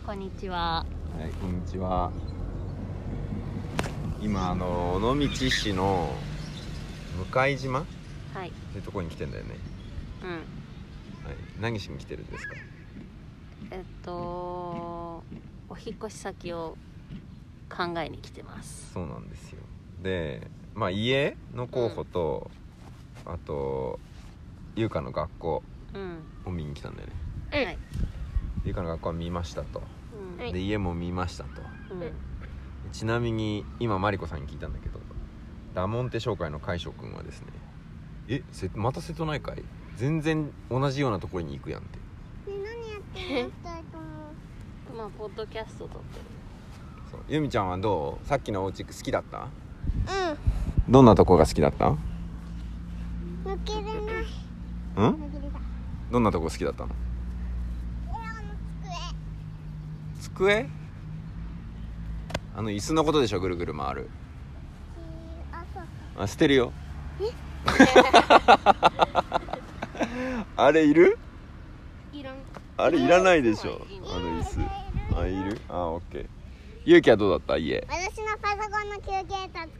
こんにちは。 はい、こんにちは。今尾道市の向島っはい。 てとこに来てんだよね。 うん。 はい、何しに来てるんですか？ お引っ越し先を考えに来てます。 そうなんですよ。で、家の候補と、あと優香の学校を見に来たんだよね。 はい。 優香の学校は見ましたと、で家も見ましたと、ちなみに今マリコさんに聞いたんだけど、ダモンテ商会の海翔くんはですね、また瀬戸内海全然同じようなところに行くやんって。 何やってんの？2人とも。 ポッドキャスト撮ってる。 そう、ゆみちゃんはどう？さっきのお家好きだった？ うん。 どんなとこが好きだった？ 抜けれない。 うん？ 抜けれた。 どんなとこ好きだったの？机？椅子のことでしょ、ぐるぐる回る。 そう。 捨てるよ。あれいる？ いらん。 あれいらないでしょ、椅子。いる？オッケー。ゆうきはどうだった？家。 私のパソコンの休憩と使います。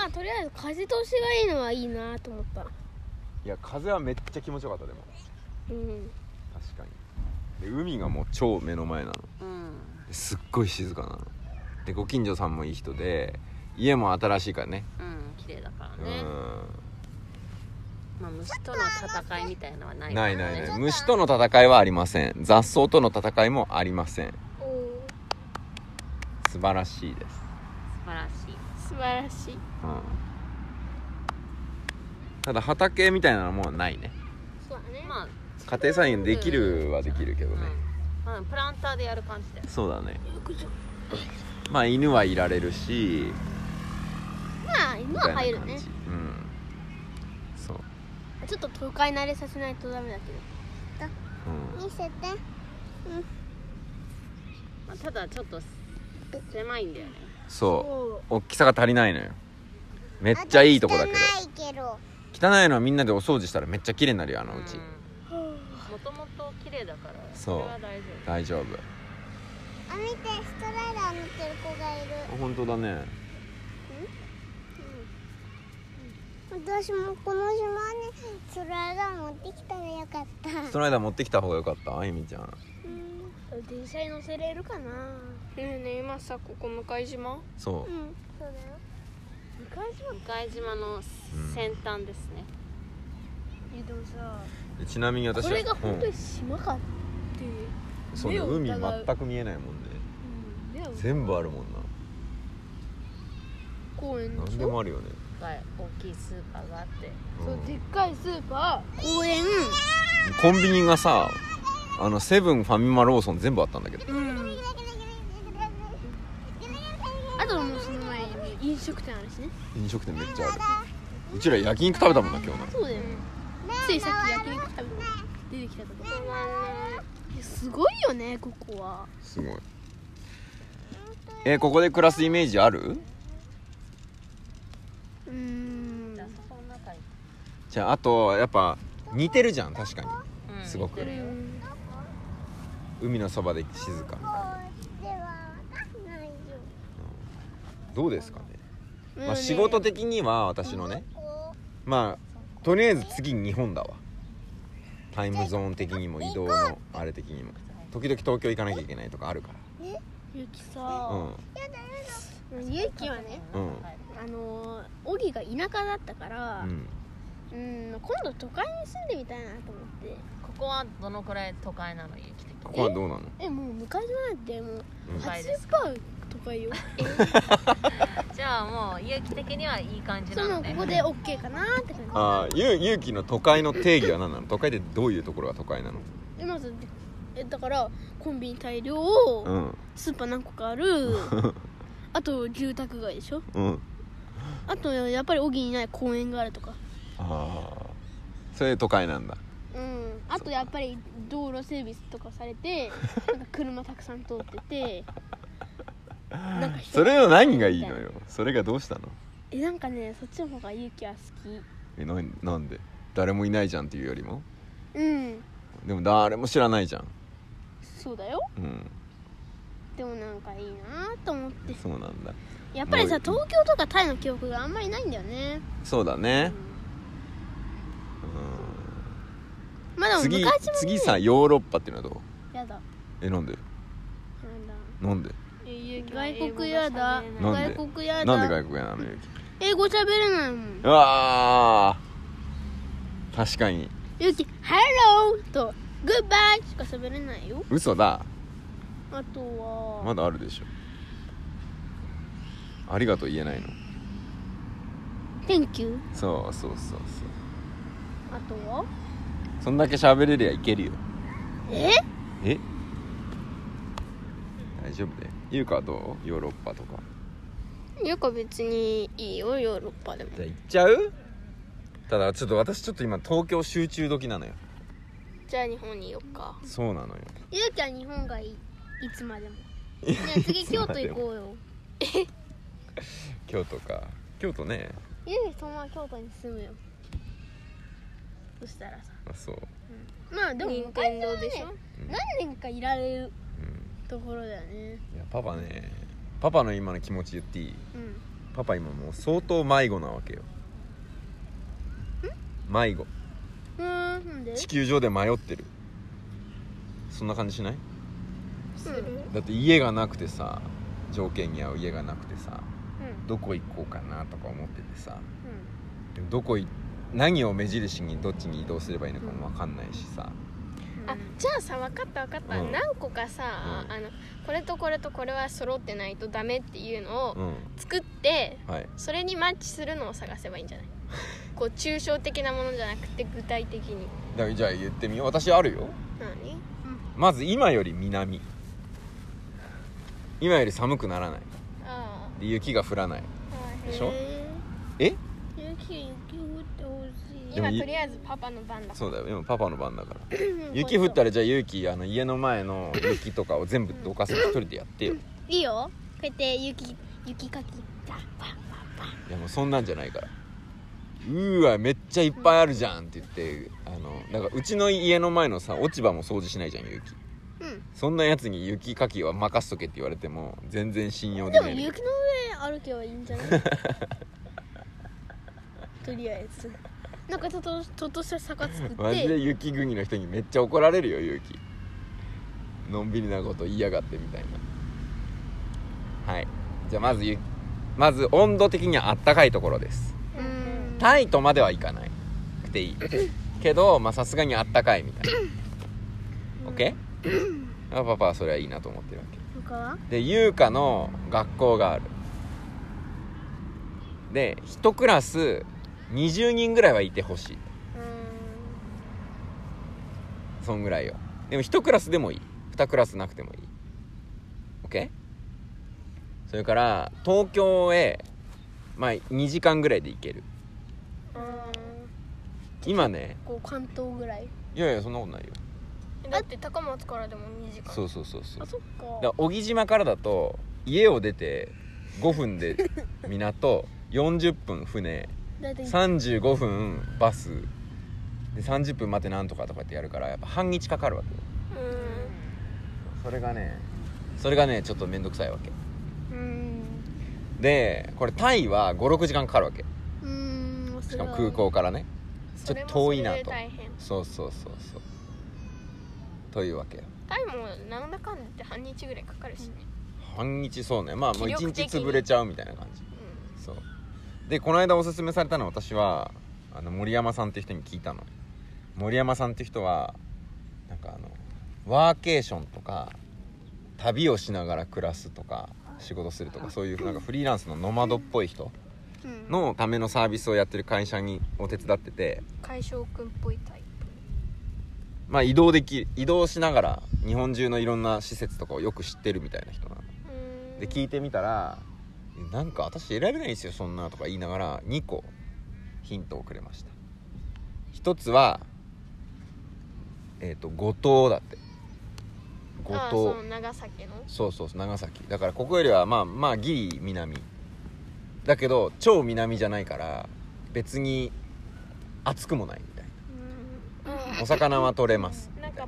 とりあえず風通しがいいのはいいなと思った。 いや、風はめっちゃ気持ちよかった。でも確かに。で、海がもう超目の前なの。すっごい静かなので、ご近所さんもいい人で、家も新しいからね。 綺麗だからね。虫との戦いみたいなのはない。 ない。虫との戦いはありません。雑草との戦いもありません。素晴らしいです。 素晴らしい。 ただ畑みたいなのもないね。 そうだね。 家庭菜園できるはできるけどね。 プランターでやる感じだよ。 そうだね。犬はいられるし、 犬は入るね。 そう。 ちょっと都会慣れさせないとダメだけど。見せて。 ただちょっと狭いんだよね。 そう。大きさが足りないのよ。めっちゃいいとこだけど。汚いのはみんなでお掃除したらめっちゃ綺麗になるよ、あのうち。 もともと綺麗だから。 そう。 それは大丈夫。 見て、ストライダー乗ってる子がいる。 本当だね。 私もこの島にストライダー持ってきたらよかった。 ストライダー持ってきた方がよかった、ゆみちゃん。 電車に乗せれるかな。今さ、ここ向島？ そう。 そうだよ。 向島の先端ですね。 でもさ、 ちなみに私はこれが本当に島かってそうね、海全く見えないもんね。全部あるもんな。 公園でしょ。 何でもあるよね。 大きいスーパーがあって、 そうでっかいスーパー、公園、 コンビニがさ、セブン、ファミマ、ローソン全部あったんだけど。 あともうその前に飲食店あるしね。 飲食店めっちゃある。うちら焼肉食べたもんな、今日な。 そうだよね。ついさっき焼肉食べて出てきたとこ。すごいよね、ここは。 すごい。ここで暮らすイメージある？じゃあ、あとやっぱ似てるじゃん、確かに。すごく海のそばで静かみたいな。どうですかね。仕事的には私のね、とりあえず次日本だわ。タイムゾーン的にも移動のあれ的にも時々東京行かなきゃいけないとかあるから。 ゆきさ、ゆきはね、オギが田舎だったから、今度都会に住んでみたいなと思って。 ここはどのくらい都会なの？有機的に。 ここはどうなの？ もう向島なんてもう都会です 80%都会よ。 じゃあもう有機的にはいい感じなのね。 ここで OK かなって感じ。 ゆうきの都会の定義は何なの？都会ってどういうところが都会なの？ まずだからコンビニ大量、スーパー何個かある。あと住宅街でしょ。あとやっぱり小木にない公園があるとか。 それ都会なんだ。 あとやっぱり道路整備とかされて、なんか車たくさん通ってて、なんかそれの何がいいのよ。それがどうしたの？ なんかね、そっちの方が勇気は好き。 なんで？誰もいないじゃんっていうよりも？ でも誰も知らないじゃん。 そうだよ。でもなんかいいなと思って。 そうなんだ。 やっぱりさ、東京とかタイの記憶があんまりないんだよね。 そうだね。 まあでも昔もね、 次さヨーロッパっていうのはどう？ やだ。 なんで？なんで？ 外国やだ。 なんで？ 外国やだ。 なんで外国やなの？ 英語喋れないもん。 うわー、確かに。 ゆき、Hello と Goodbye しか喋れないよ。 嘘だ。 あとはまだあるでしょ。ありがとう言えないの。 Thank you。 そう。 あとはそんだけ喋れりゃいけるよ。 え大丈夫で。ゆうかはどう？ヨーロッパとか。 ゆうか別にいいよ、ヨーロッパでも。 じゃあ行っちゃう？ただ私ちょっと今東京集中時なのよ。 じゃあ日本にいよっか。 そうなのよ。 ゆうきは日本がいい。いつまでも。ねえ、次京都行こうよ。 京都か。京都ね。 ゆうきそのまま京都に住むよ。そしたらさ。 あ、そう。 まあでも任天堂でしょ。何年かいられるところだよね。 いやパパの今の気持ち言っていい？パパ今もう相当迷子なわけよ。迷子。 なんで？ 地球上で迷ってる。そんな感じしない？ する。 だって家がなくてさ、条件に合う家がなくてさ、どこ行こうかなとか思っててさ、でも何を目印にどっちに移動すればいいのかも分かんないしさ。 じゃあさ、分かった、何個かさ、これとこれとこれは揃ってないとダメっていうのを作って、それにマッチするのを探せばいいんじゃない？こう抽象的なものじゃなくて具体的に。 じゃあ言ってみよう。私あるよ。 何？ まず今より南。今より寒くならない。で雪が降らないでしょ。雪降ってほしい。今とりあえずパパの番だ。 そうだよ、今パパの番だから雪降ったらじゃあゆうき家の前の雪とかを全部どかせて一人でやってよ。 いいよ。こうやって雪かきパン。 いやもうそんなんじゃないから。わめっちゃいっぱいあるじゃんって言ってなんかうちの家の前のさ落ち葉も掃除しないじゃんゆうき。そんなやつに雪かきは任せとけって言われても全然信用できない。 でも雪の上歩けばいいんじゃない？とりあえずなんかちょっとした坂作ってマジで雪国の人にめっちゃ怒られるよゆうき。のんびりなこと言いやがってみたいな。はい、じゃあまず温度的にはあったかいところです。タイとまではいかないくていいけどさすがにあったかいみたいな。OK？パパはそれはいいなと思ってるわけ。 他は？で優香の学校がある。で1クラス20人ぐらいはいてほしい。そんぐらいよ。でも1クラスでもいい、2クラスなくてもいい。 OK？ それから東京へ2時間ぐらいで行ける。今ねこう関東ぐらい。 いやそんなことないよ。 だって高松からでも2時間。 そう。 あ、そっか。 だ小木島からだと家を出て5分で港40分船35分バスで30分待ってなんとかとかってやるからやっぱ半日かかるわけよ。それがねちょっとめんどくさいわけ。でこれタイは 5,6 時間かかるわけ。しかも空港からねちょっと遠いなと。そうというわけよ。 タイもなんだかんだって半日ぐらいかかるしね。 半日。そうね。もう1日潰れちゃうみたいな感じ。そうでこの間おすすめされたのは私は森山さんって人に聞いたの。森山さんって人はなんかワーケーションとか旅をしながら暮らすとか仕事するとかそういうなんかフリーランスのノマドっぽい人のためのサービスをやってる会社を手伝ってて、 海翔くんっぽいタイプ。移動しながら日本中のいろんな施設とかをよく知ってるみたいな人なの。で聞いてみたらなんか私選べないんですよそんなとか言いながら2個ヒントをくれました。一つは五島だって。五島。その長崎の。そう長崎だからここよりはギリ南だけど超南じゃないから別に暑くもないみたいな。お魚は取れます。 なんか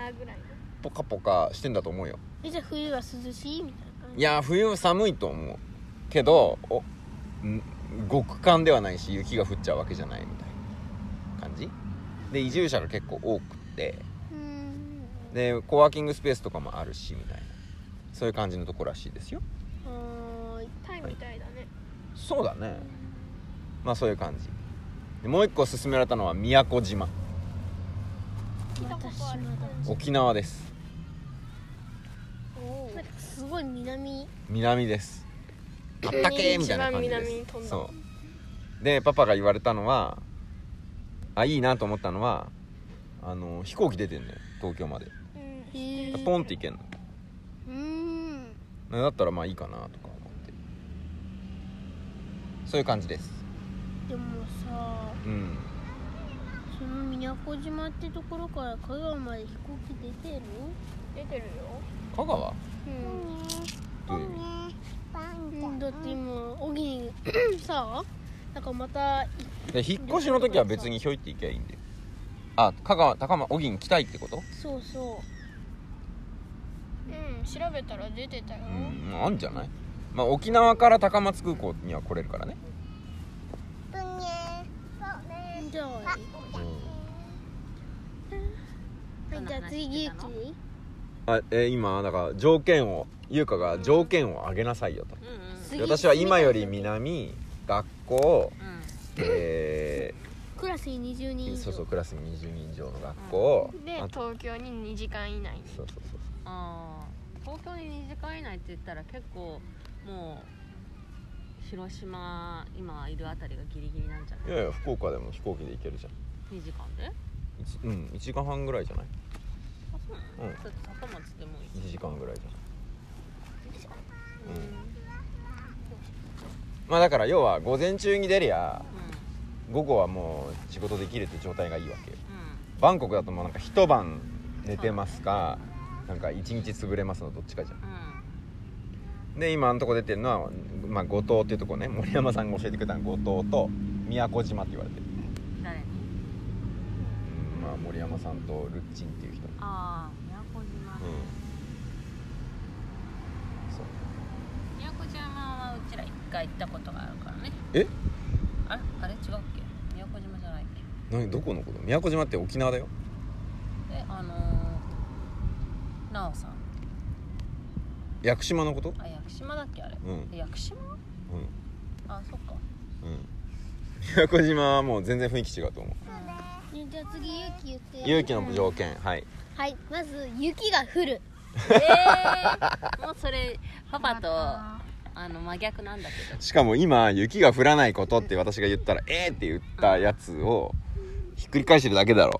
ぐらいのポカポカしてんだと思うよ。 じゃあ冬は涼しいみたいな感じ？ いや冬は寒いと思うけど極寒ではないし雪が降っちゃうわけじゃないみたいな感じで、移住者が結構多くて、でコワーキングスペースとかもあるしみたいな、そういう感じのところらしいですよ。 タイみたいだね、はい、 そうだね。まあそういう感じで、もう一個勧められたのは宮古島。沖縄です。 すごい南です。あったけーみたいな感じです。そうでパパが言われたのは、いいなと思ったのは飛行機出てんのよ東京まで、ポンって行けんの。だったらまあいいかなとか思って、そういう感じです。 でもさ、その宮古島ってところから香川まで飛行機出てる？出てるよ。 香川？ どういう意味？だって今小木にさ、なんかまたで引っ越しの時は別にひょいって行きゃいいんで。香川高松小木に来たいってこと？ そうそう。調べたら出てたよ。 あんじゃない？まあ沖縄から高松空港には来れるからね。じゃあじゃあ次ゆき。今だから優香が条件を上げなさいよと、私は今より南、学校、 クラスに20人以上。 そうクラスに20人以上の学校、 で東京に2時間以内に。 そう東京に2時間以内って言ったら結構もう広島今いるあたりがギリギリなんじゃない？ いや福岡でも飛行機で行けるじゃん。 2時間で 1時間半ぐらいじゃない？ そうなの？だって高松でも 1時間ぐらいじゃん。まあだから要は午前中に出りゃ、午後はもう仕事できるって状態がいいわけよ。バンコクだともうなんか一晩寝てますか、なんか一日潰れますのどっちかじゃん。で今のとこ出てるのは、まあ、五島っていうとこね、森山さんが教えてくれたのは五島と宮古島って言われてる。 誰に？ まあ森山さんとルッチンっていう人。 宮古島。 そう宮古島はうちら一回行ったことがあるからね。あれ違うっけ？宮古島じゃないっけ？ どこのこと？宮古島って沖縄だよ。 なおさん屋久島のこと？ 屋久島だっけあれ？屋久島？そっか。 宮古島はもう全然雰囲気違うと思う。 じゃあ次ゆき言って。 ゆきの条件、はいまず雪が降る。 もうそれパパと真逆なんだけど。 しかも今雪が降らないことって私が言ったらって言ったやつをひっくり返してるだけだろ。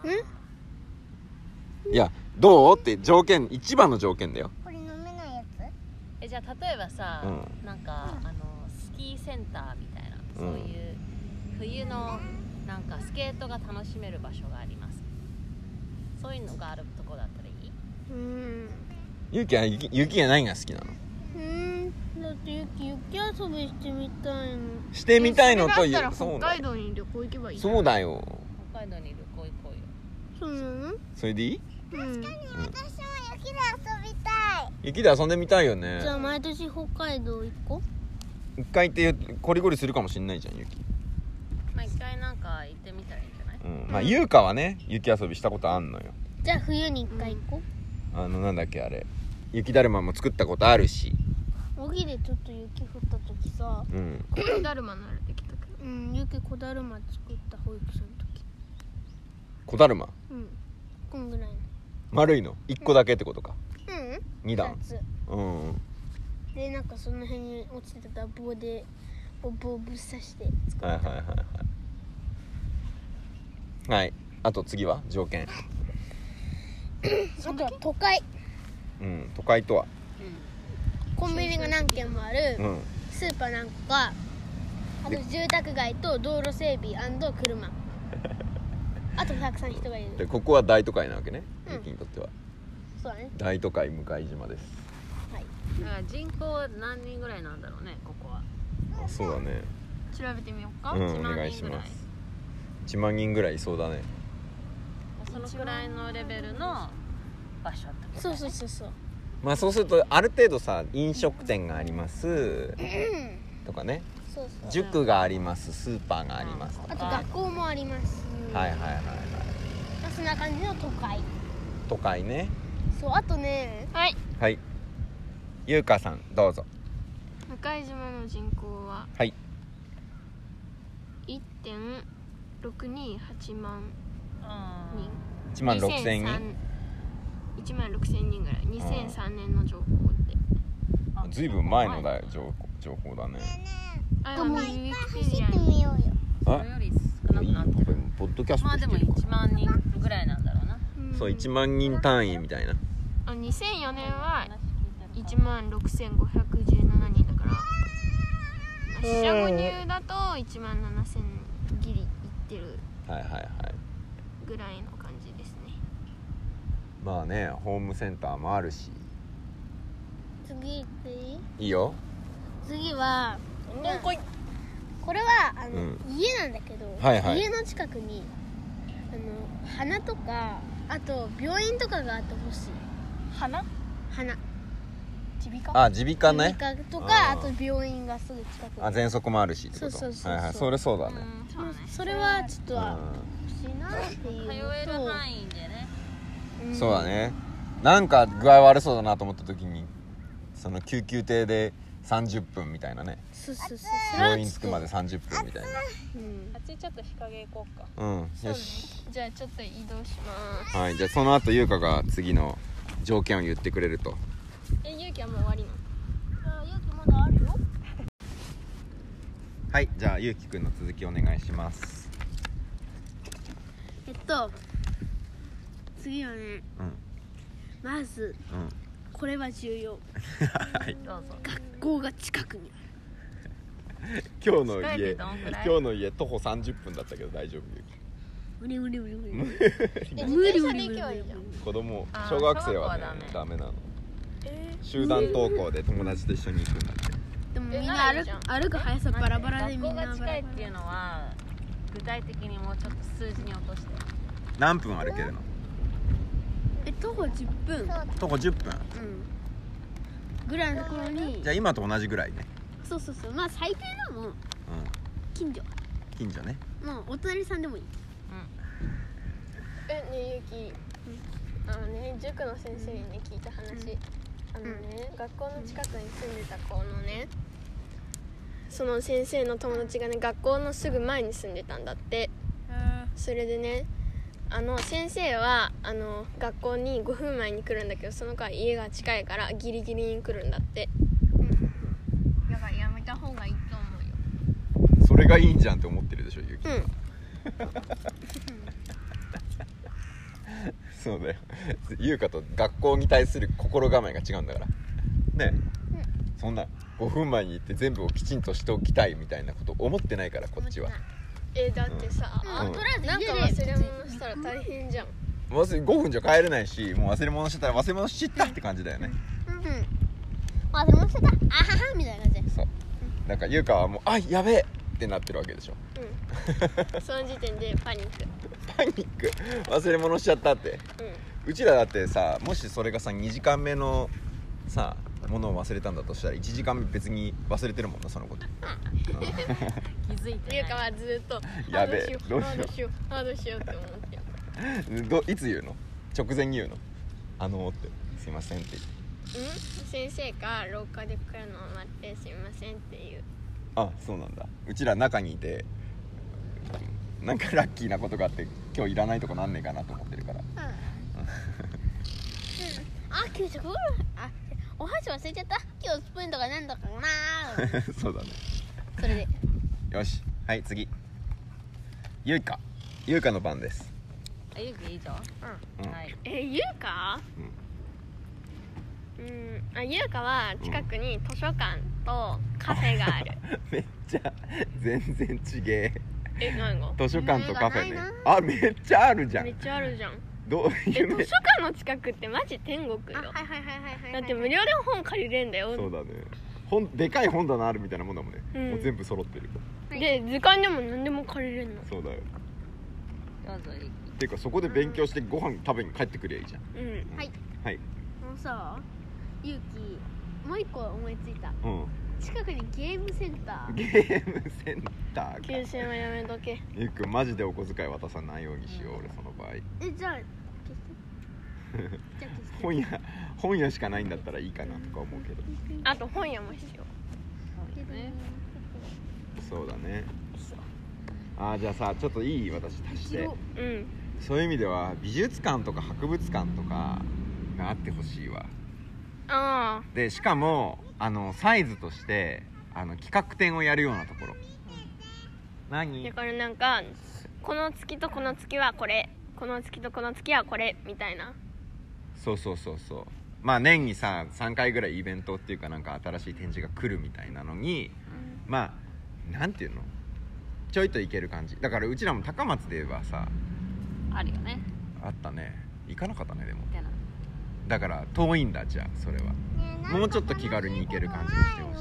いやどうって条件、一番の条件だよ。 これ飲めないやつ？じゃあ例えばさ、なんかスキーセンターみたいな、そういう冬のなんかスケートが楽しめる場所があります。そういうのがあるとこだったらいい？ ゆきは雪が何が好きなの？ だって雪遊びしてみたいの。 してみたいのという。 だったら北海道に旅行行けばいい。 そうだよ。 北海道に旅行行こうよ。 そうなの？ それでいい？ 確かに私も雪で遊びたい。 雪で遊んでみたいよね。 じゃあ毎年北海道行こう。一回行ってコリコリするかもしんないじゃん雪。 まあ一回なんか行ってみたらいいんじゃない？ まあ優香はね雪遊びしたことあんのよ。 じゃあ冬に一回行こう。なんだっけあれ、雪だるまも作ったことあるし。 小木でちょっと雪降った時さ、小だるま慣れてきたけど、雪小だるま作った保育所の時。 小だるま？ こんぐらいの。 丸いの1個だけってことか。2段。 でなんかその辺に落ちてた棒で棒をぶっ刺して作った。 はい。あと次は条件。 あとは都会。 都会とは、 コンビニが何軒もある、スーパー何個か、あと住宅街と道路整備&車あとたくさん人がいる。 でここは大都会なわけね、ゆきにとっては。 そうだね。 大都会向島です。 だから人口何人ぐらいなんだろうね、ここは。 そうだね。 調べてみようか。 お願いします。1万人ぐらいいそうだね。 そのくらいのレベルの場所ってことそだね。 うそうまあそうするとある程度さ飲食店がありますとかね、 そう塾があります、スーパーがありますとか、 あと学校もあります。 はいはいはいはい、 そんな感じの都会。 都会ね。 そう、あとね、はい、 ゆうかさんどうぞ。 向島の人口ははい 1.628 万人、 1万6000人、 1万6000人ぐらい。2003年の情報で。 ずいぶん前の情報だね。 あ、もう走ってみようよ。 それより少なくなってる。 ポッドキャストまあでもしてるから 1万人ぐらいなんだろうな。 そう1万人単位みたいな。 2004年は1万6517人だから、四捨五入だと1万7000ギリいってるはいはいはい。 ぐらいの感じですね。 まあね、ホームセンターもあるし。 次いいよ。 次はこれは家なんだけど、 はいはい、 家の近くに花とか、あと病院とかがあってほしい。花耳鼻科、 あ、耳鼻科ね。 耳鼻科とか、あと病院がすぐ近くに。 あ、喘息もあるしってこと。 そうはいはい、それそうだね。 それはちょっとは欲しいなっていうのと、 通える範囲でね。 そうだね。なんか具合悪そうだなと思った時にその救急艇で30分みたいなね。 そう病院着くまで30分みたいな。 あっちちょっと日陰行こうか。 よし、 じゃあちょっと移動します。 はい、じゃあその後優香が次の条件を言ってくれると。 ゆうきはもう終わりの？ゆうきまだあるよ。 はい、じゃあゆうきくんの続きお願いします。 次はね、まず、これは重要。 はい、 どうぞ。 学校が近くにある。 今日の家徒歩30分だったけど大丈夫？ 無理。 子供小学生はねダメなの。集団登校で友達と一緒に行くんだって。 でもみんな歩く速さバラバラでみんな。 学校が近いっていうのは具体的にもうちょっと数字に落として。 何分歩けるの？ 徒歩10分。 徒歩10分。 ぐらいのところに。 じゃあ今と同じぐらいね。 そう。まあ最低でも近所ね。 もうお隣さんでもいい。ねえゆき、塾の先生にね聞いた話、学校の近くに住んでた子のね、その先生の友達がね学校のすぐ前に住んでたんだって。それでね、先生は学校に5分前に来るんだけど、その子は家が近いからギリギリに来るんだって。だからやめた方がいいと思うよ。 それがいいんじゃんって思ってるでしょゆき。そうだよ。優香と学校に対する心構えが違うんだからね。そんな5分前に行って全部をきちんとしておきたいみたいなこと思ってないからこっちは。だってさ、なんか忘れ物したら大変じゃん。 5分じゃ帰れないし、もう忘れ物してたら忘れ物しちったって感じだよね。 忘れ物してた、あははみたいな感じ。 そう、なんか優香はもうやべえってなってるわけでしょ。 その時点でパニック忘れ物しちゃったって。うちらだってさ、もしそれがさ2時間目のさものを忘れたんだとしたら1時間目別に忘れてるもんな、そのこと。 気づいてない。 ゆうかはずっとやべえ、どうしようって思っていつ言うの？直前に言うの？ってすいませんって先生が廊下で来るのを待ってすいませんって言う。 あ、そうなんだ。うちら中にいてなんかラッキーなことがあって今日いらないとこなんねえかなと思ってるから。 給食お箸忘れちゃった。今日スプーンとかなんだかな。 そうだね。 それでよし、はい、次ゆうかの番です。 ゆうきいいぞ。はい。 ゆうか？ゆうかは近くに図書館とカフェがある。 めっちゃ全然ちげえ。 何が？ 図書館とカフェね。めっちゃあるじゃん。 めっちゃあるじゃん。 どういう図書館の近くってマジ天国よ。だって無料で本借りれんだよ。 そうだね。でかい本棚あるみたいなもんだもんね。もう全部揃ってる。 で図鑑でも何でも借りれんの。 そうだよ。 どうぞゆうき。 ていうかそこで勉強してご飯食べに帰ってくりゃいいじゃん。 はいはい。 ゆうきもう一個思いついた。近くにゲームセンター。 ゲームセンターか。 休戦はやめとけ。 ゆうくんマジでお小遣い渡さないようにしよう、俺その場合。 じゃあ本屋しかないんだったらいいかなとか思うけど。 あと本屋も必要。 そうだね。じゃあさ、ちょっといい？私足して。そういう意味では美術館とか博物館とかがあってほしいわ。でしかもサイズとして企画展をやるようなところ。何？ だからなんかこの月とこの月はこれ、この月とこの月はこれみたいな。 そう。まあ年にさ3回ぐらいイベントっていうかなんか新しい展示が来るみたいなのに、まあなんていうの？ちょいと行ける感じ。だからうちらも高松ではさあるよね。 あったね。行かなかったねでも。だから遠いんだ。じゃあそれはもうちょっと気軽に行ける感じにしてほし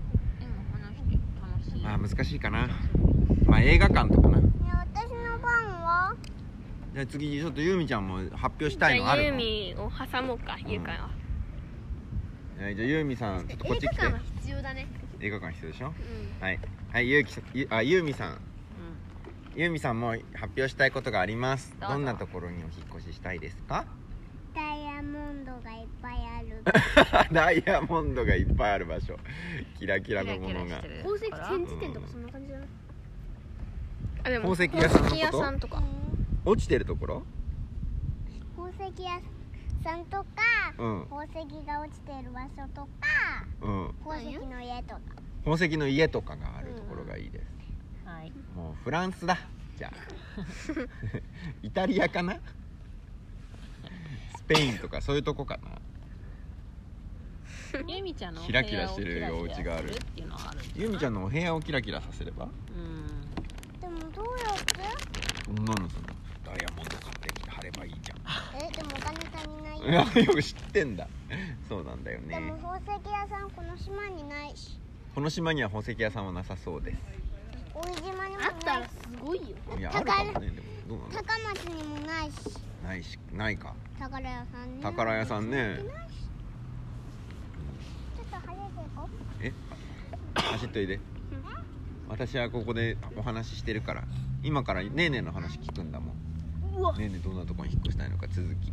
い。まあ難しいかな。まあ映画館とかな。 私の番は？ じゃあ次ちょっとゆうみちゃんも発表したいのあるの？ じゃあゆうみを挟もうか。ゆうかは。 じゃあゆうみさんちょっとこっち来て。 映画館は必要だね。 映画館必要でしょ。はいゆうみさん。ゆうみさんも発表したいことがあります。どんなところにお引っ越ししたいですか？ ダイヤモンドがいっぱいある。 ダイヤモンドがいっぱいある場所。キラキラのものが。 宝石展示店とかそんな感じじゃない？でも宝石屋さんのこと？ 宝石屋さんとか。 落ちてるところ？ 宝石屋さんとか、宝石が落ちてる場所とか、宝石の家とか。 宝石の家とかがあるところがいいです。 はい。 もうフランスだ。じゃあイタリアかな？スペインとかそういうとこかな。 ゆみちゃんのキラキラしてるお家がある。ゆみちゃんのお部屋をキラキラさせれば？ でもどうやって？ 女のそのダイヤモンド買ってきて貼ればいいじゃん。 でもお金足りないよ。 よく知ってんだ。そうなんだよね。 でも宝石屋さんこの島にないし。 この島には宝石屋さんはなさそうです。 大井島にもない。 あったらすごいよ。 いやあるかもね。でもどうなの？ 高松にもないし。 ないか。 宝屋さんね。 宝屋さんね。 ちょっと早いで行こう。走っといで。私はここでお話ししてるから。今からねーねーの話聞くんだもん。ねーねーどんなとこに引っ越したいのか続き。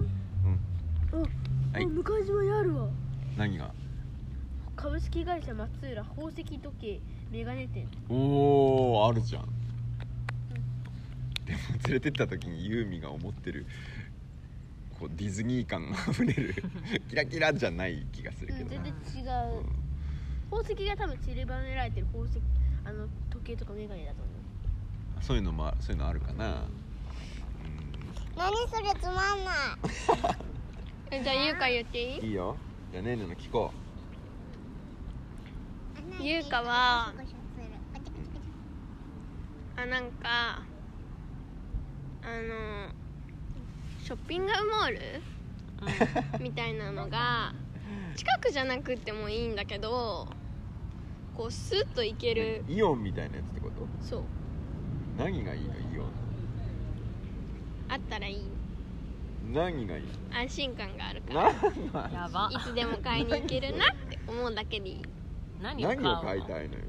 はい。 向島にあるわ。 何が？ 株式会社松浦宝石時計メガネ店。 おー、あるじゃん。でも連れてった時にユーミが思ってるこうディズニー感があふれるキラキラじゃない気がするけど、 全然違う、宝石が多分散りばめられてる宝石時計とかメガネだと思う。 そういうのあるかな。 何それつまんないじゃあゆうか言っていい？ いいよ。じゃあねーねーの聞こう。ゆうかはなんかショッピングモール、みたいなのが近くじゃなくてもいいんだけど、こうスッと行ける。 イオンみたいなやつってこと？ そう。 何がいいの？イオンあったらいい。 何がいい？ 安心感があるからやばいつでも買いに行けるなって思うだけでいい。 何を買いたいのよ。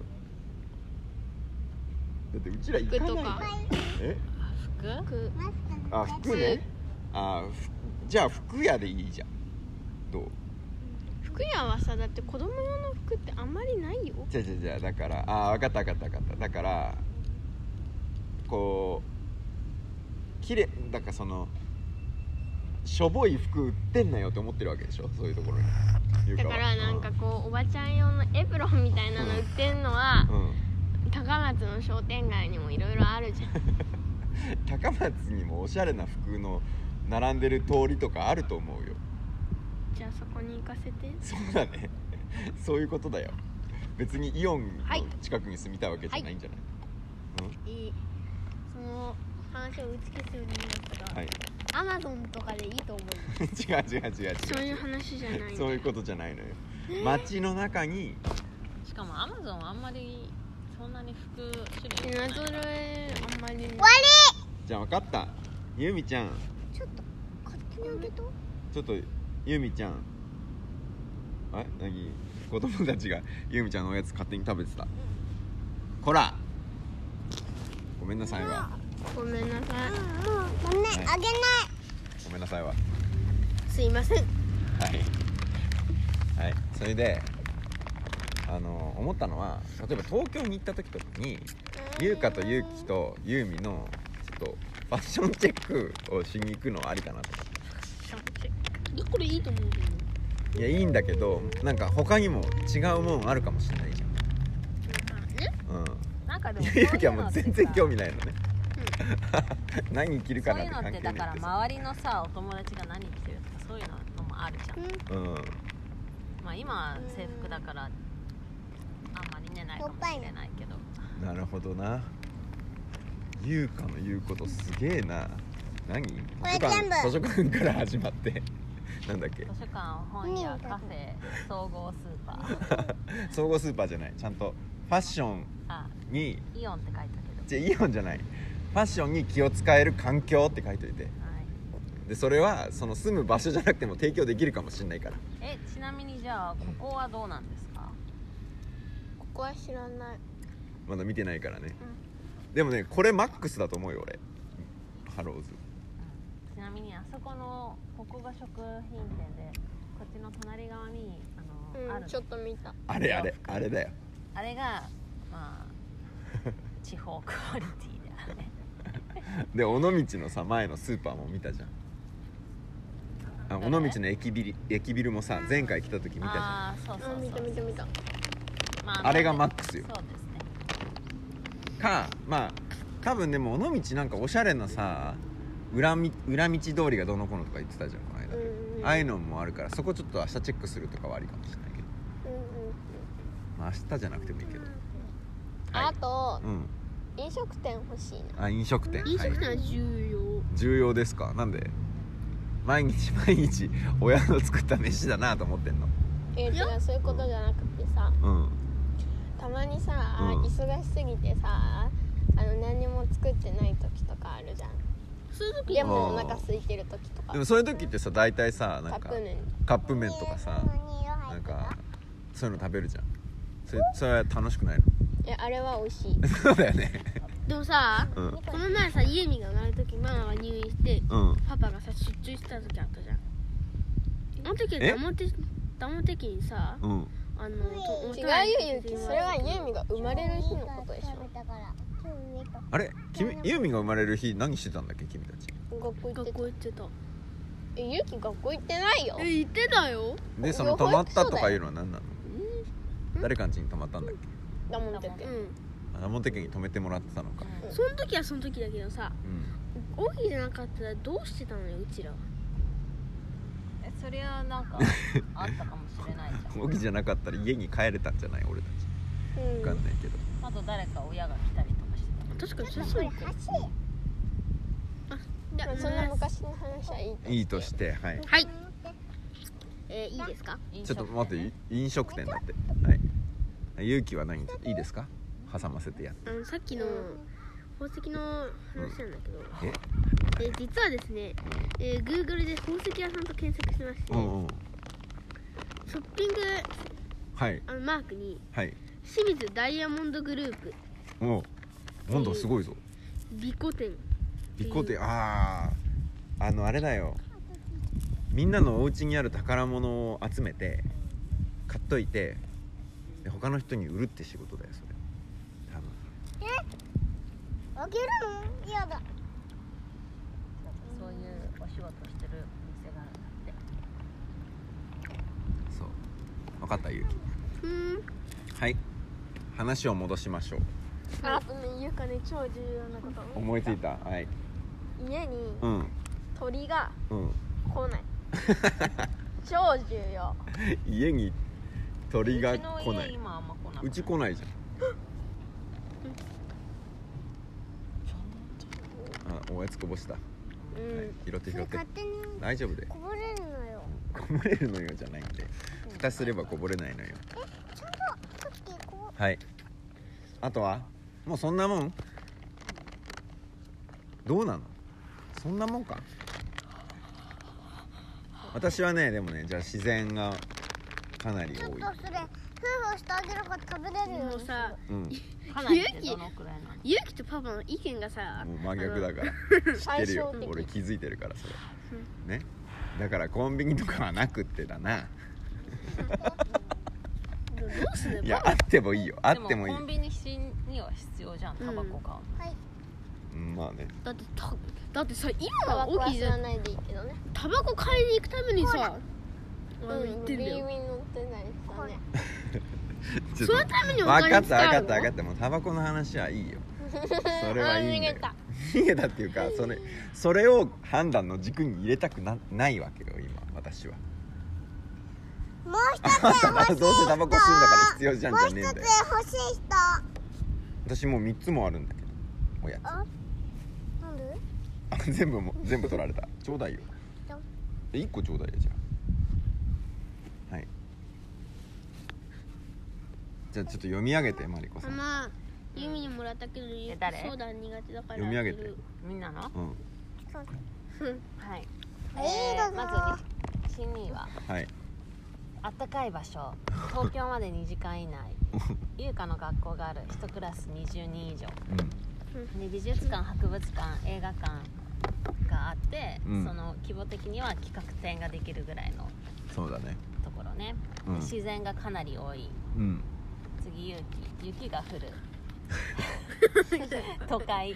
だってうちら行かないから。 服？ 服ね。じゃあ服屋でいいじゃん。どう？ 服屋はさ、だって子供用の服ってあんまりないよ。 じゃあだから分かっただからこう綺麗だからそのしょぼい服売ってんなよって思ってるわけでしょ、そういうところに。 だからなんかこうおばちゃん用のエプロンみたいなの売ってんのは、高松の商店街にもいろいろあるじゃん高松にもおしゃれな服の並んでる通りとかあると思うよ。 じゃあそこに行かせて。 そうだねそういうことだよ。別にイオンの近くに住みたいわけじゃないんじゃない？ いい。その話を打ち消すように言いましたが、アマゾンとかでいいと思う。 違うそういう話じゃない。 そういうことじゃないのよ。街の中に。 しかもアマゾンはあんまりそんなに服種類品揃えあんまり。 終わり。 じゃあ分かった。 ゆみちゃん、 ちょっと勝手にあげと。 ちょっとゆみちゃん、何子供たちがゆみちゃんのおやつ勝手に食べてた。こら、ごめんなさいわ。 ごめんなさい。 ごめん、あげない。 ごめんなさいわ。 すいません。 はいはい。それで思ったのは、例えば東京に行った時とかにゆうかとゆうきとゆうみのちょっとファッションチェックをしに行くのはありかなと。 いや、これいいと思うけど。 いや、いいんだけど、なんか他にも違うもんあるかもしれないじゃん。 なんかでもゆうきはもう全然興味ないのね。何着るかそうないうのってだから周りのさ、お友達が何着てるとかそういうのもあるじゃん。まあ今は制服だからあんまりねないかもしれないけど。 なるほどな。ゆうかの言うことすげえな。何？図書館から始まってなんだっけ？ 図書館、本屋、カフェ、総合スーパー。 総合スーパーじゃない。ちゃんとファッションにイオンって書いてあるけど。 イオンじゃない。ファッションに気を使える環境って書いといて。でそれはその住む場所じゃなくても提供できるかもしれないから。 ちなみにじゃあここはどうなんですか？ ここは知らない。 まだ見てないからね。でもね、これマックスだと思うよ俺。ハローズ。 ちなみにあそこのここが食品店で、こっちの隣側にある。 ちょっと見た。 あれだよ。 あれがまあ地方クオリティだね。 で尾道のさ前のスーパーも見たじゃん。尾道の駅ビルもさ、前回来た時見たじゃん。 そう見た。 あれがマックスよ。 そうですね。 まあ多分でも尾道なんかおしゃれなさ裏道通りがどの子のとか言ってたじゃんこの間。ああいうのもあるから、そこちょっと明日チェックするとかはありかもしれないけど、まあ明日じゃなくてもいいけど。 あと、飲食店欲しいな。 飲食店は重要ですか？なんで毎日親の作った飯だなと思ってんの？ 違う、そういうことじゃなくてさ、たまにさ、忙しすぎてさ、何も作ってない時とかあるじゃん。そういう時でもお腹空いてる時とか。 でもそういう時ってさ、大体さ、なんかカップ麺とかさ、なんかそういうの食べるじゃん。それは楽しくないの？ いや、あれは美味しい。 そうだよね。 でもさ、この前さ、イエミが生まれる時、ママが入院して、パパがさ出張してた時あったじゃん。あの時ダモテ家にさ、 違うよ、ゆうき。それはユーミが生まれる日のことでしょ。 あれ、ユーミが生まれる日何してたんだっけ君たち？ 学校行ってた。ゆうき学校行ってないよ。 行ってたよ。 でその泊まったとかいうのは何なの？誰かん家に泊まったんだっけ？ ダモテ家。 ダモテ家に泊めてもらってたのか。 その時はその時だけどさ、オギじゃなかったらどうしてたのよ、うちらは。 それはなんかあったかもしれないじゃん。 オギじゃなかったら家に帰れたんじゃない俺たち。分かんないけど。 あと誰か親が来たりとかしてた。 確かにそうか。 そんな昔の話はいいとして、はい。 はい。いいですか？ ちょっと待って、飲食店だって。はい。ゆうきは何？いいですか？挟ませてやって。 さっきの宝石の話なんだけど、実はですね、Google で宝石屋さんと検索しまして、ショッピングマークに清水ダイヤモンドグループ。 モンドすごいぞ。 美古店。 あれだよ。みんなのお家にある宝物を集めて買っといて、で他の人に売るって仕事だよそれ。多分。 あげるの？嫌だ。 そういうお仕事してるお店があるんだって。 そう。分かったゆうき。はい。話を戻しましょう。 あとね、ゆうかね、超重要なこと思いついた。はい。 家に鳥が来ない。超重要。 家に鳥が来ない。うち来ないじゃん。おやつこぼした。拾って大丈夫で。 こぼれるのよ。 こぼれるのよじゃないんで、蓋すればこぼれないのよ。 ちゃんとさっきはい。あとはもうそんなもん。どうなの？ そんなもんか。私はねでもねじゃあ自然がかなり多い。 ちょっとそれ夫婦してあげるから食べれるよもうさ、 かなりってどのくらいなの？ ゆうきとパパの意見がさ、 もう真逆だから知ってるよ。俺気づいてるからそれ、ね。だからコンビニとかはなくってだな。 どうすれば？ いやあってもいいよ。あってもいい。 でもコンビニには必要じゃん、タバコ買う。 はい。 まあね。 だってさ、今はタバコは大きいじゃん。 吸わないでいいけどね。 タバコ買いに行くためにさ、言ってんだよ。 ビール乗ってないですね。 ちょっとそのためにお分か金った分か使うの？ った分かった。もうタバコの話はいいよ。それはいいんだよ。逃げたっていうかそれを判断の軸に入れたくないわけよ今私は。 もう一つ欲しい人。 どうせタバコ吸うんだから必要じゃんじゃねえんだよ。 もう一つ欲しい人。 私もう3つもあるんだけどおやつ。 なんで？ 全部取られた。ちょうだいよ。1個ちょうだいよじゃあ。はい。じゃあちょっと読み上げてマリコさん。 ママ、ユミにもらったけど、 誰？ そうだ苦手だから。 読み上げて。 みんなの？ うん。 はい。 どうぞまず新2位ははい。 あったかい場所、東京まで2時間以内、優香の学校がある1クラス20人以上、で美術館、博物館、映画館があって、その規模的には企画展ができるぐらいのそうだね。 ところね、自然がかなり多い、次雪が降る都会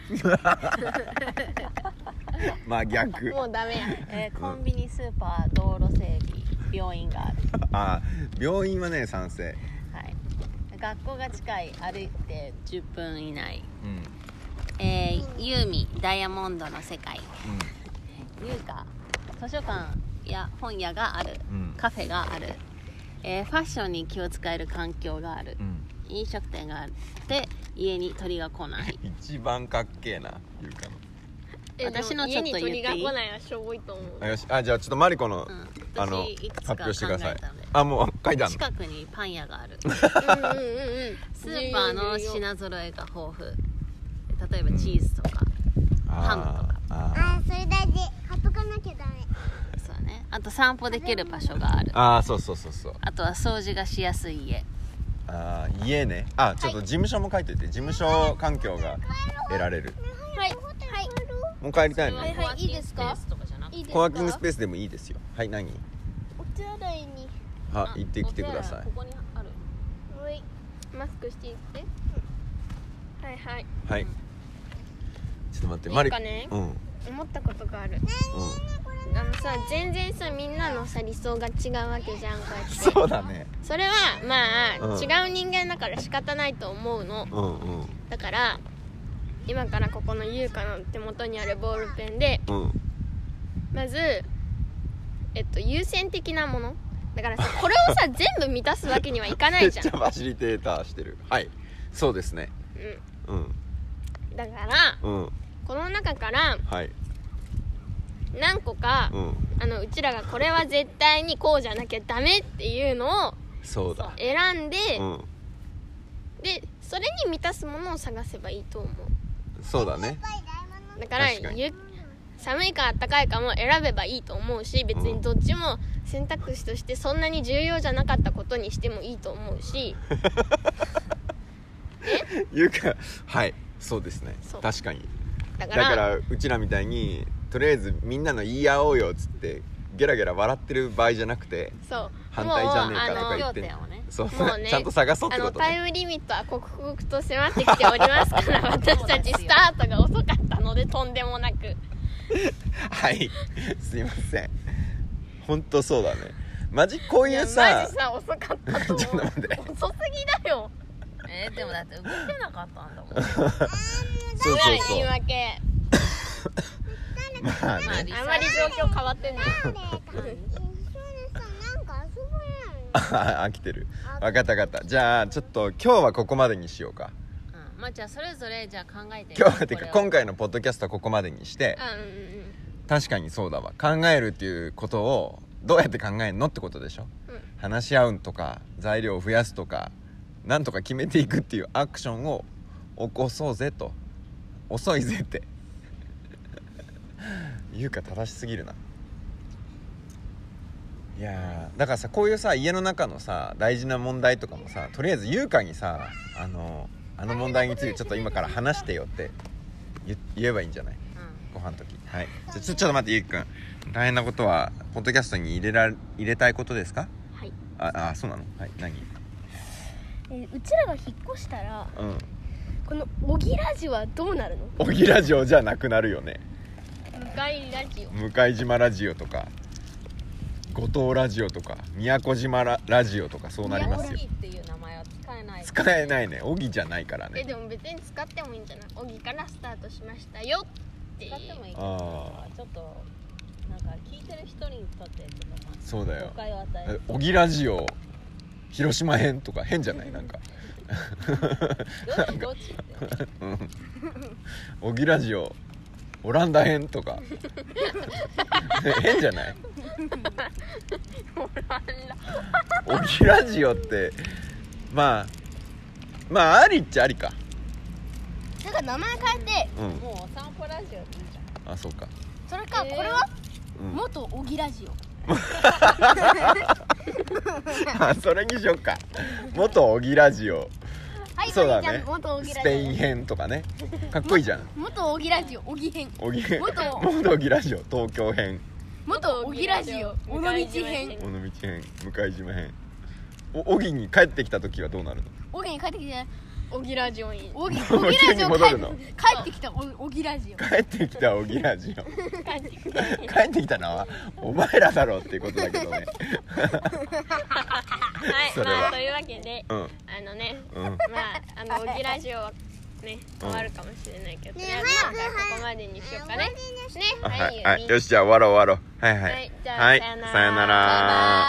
まあ逆。 もうダメや。 コンビニ、スーパー、道路整備、病院がある。 あ、病院はね賛成。 はい。学校が近い、歩いて10分以内。ユーミダイヤモンドの世界。優香、図書館や本屋がある、カフェがある、ファッションに気を使える環境がある、飲食店があって家に鳥が来ない。 一番かっけえな優香の。 私のちょっと言っていい？ 家に鳥が来ないはしょぼいと思う。 よし、じゃあちょっとマリコの、発表してください。あ、もう書いてあるの。 近くにパン屋がある。スーパーの品揃えが豊富。例えばチーズとか、ハムとか。 それ大事。買っとかなきゃダメ。 そうね。あと散歩できる場所がある。 そう。 あとは掃除がしやすい家。 家ね。ちょっと事務所も書いといて。事務所環境が得られる。 はい。 もう帰りたいの？ はい、いいですか？ コワーキングスペースでもいいですよ。はい、何？ お手洗いに。 行ってきてください。 ここにある。 はい。マスクしていって。はい。 はい。ちょっと待って、 なんかね、 思ったことがある。全然さ、みんなのさ理想が違うわけじゃん、こうやって。 そうだね。 それはまあ、違う人間だから仕方ないと思うの。だから今からここの優香の手元にあるボールペンで、まず優先的なものだからさ、これをさ全部満たすわけにはいかないじゃん。 めっちゃファシリテーターしてる。はい、そうですね。 だから、この中から何個か、うちらがこれは絶対にこうじゃなきゃダメっていうのを選んで、でそれに満たすものを探せばいいと思う。 そうだね。 だから寒いか暖かいかも選べばいいと思うし、別にどっちも選択肢としてそんなに重要じゃなかったことにしてもいいと思うしいうか、はい、そうですね。確かに。だからうちらみたいにとりあえずみんなの言い合おうよっつってゲラゲラ笑ってる場合じゃなくて、反対じゃねえかとか言って、そうね、ちゃんと探そうってことね。 タイムリミットは刻々と迫ってきておりますから私たちスタートが遅かったのでとんでもなくはい、すいません。本当そうだね。マジこういうさ、 マジさ遅かったと思う。 ちょっと待って、 遅すぎだよ。 でもだって動けなかったんだもん。 そう言い訳。 まあね、 あまり状況変わってない。 飽きてる。分かった。じゃあちょっと今日はここまでにしようか。 まあじゃあそれぞれじゃあ考えて。 今回のポッドキャストはここまでにして、確かにそうだわ。考えるっていうことをどうやって考えるのってことでしょ。話し合うとか材料を増やすとかなんとか決めていくっていうアクションを起こそうぜと。遅いぜって優香正しすぎるな。いやだからさ、こういうさ家の中のさ大事な問題とかもさ、とりあえず優香にさあの問題についてちょっと今から話してよって言えばいいんじゃない、ご飯の時。はい、ちょっと待って、ゆうきくん、大変なことはポッドキャストに入れたいことですか？ はい。 そうなの。はい、何？ うちらが引っ越したら、このおぎラジオはどうなるの？ おぎラジオじゃなくなるよね。 向島ラジオとか五島ラジオとか宮古島ラジオとか、そうなりますよ。 おぎっていう名前は使えないね。おぎじゃないからね。 でも別に使ってもいいんじゃない？おぎからスタートしましたよって使ってもいいけど、ちょっとなんか聞いてる人にとってちょっとそうだよ。 誤解を与える。 おぎラジオ広島編とか変じゃない？なんかどっちって、 おぎラジオオランダ編とか変じゃない？おぎラジオってまあありっちゃありか。 なんか名前変えて、 もうお散歩ラジオでいいじゃん。 そうか。 それか、これは、元おぎラジオ。 それにしよっか。元おぎラジオ。 はい、 そうだね。 元おぎラジオ。 スペイン編とかね。かっこいいじゃん。 元おぎラジオ、おぎ編。 元おぎラジオ、東京編。 元おぎラジオ、尾道編。 向島編。おぎに帰ってきた時はどうなるの？ おぎに帰ってきて、おぎラジオに。おぎラジオ戻るの？ 帰ってきたおぎラジオ。 帰ってきたおぎラジオ。帰ってきたのはお前らだろうっていうことだけどね。はい、 というわけで、おぎラジオはね、終わるかもしれないけど、とりあえず今回ここまでにしようかね。 はい、よし、じゃあ終わろう。はい、さよなら。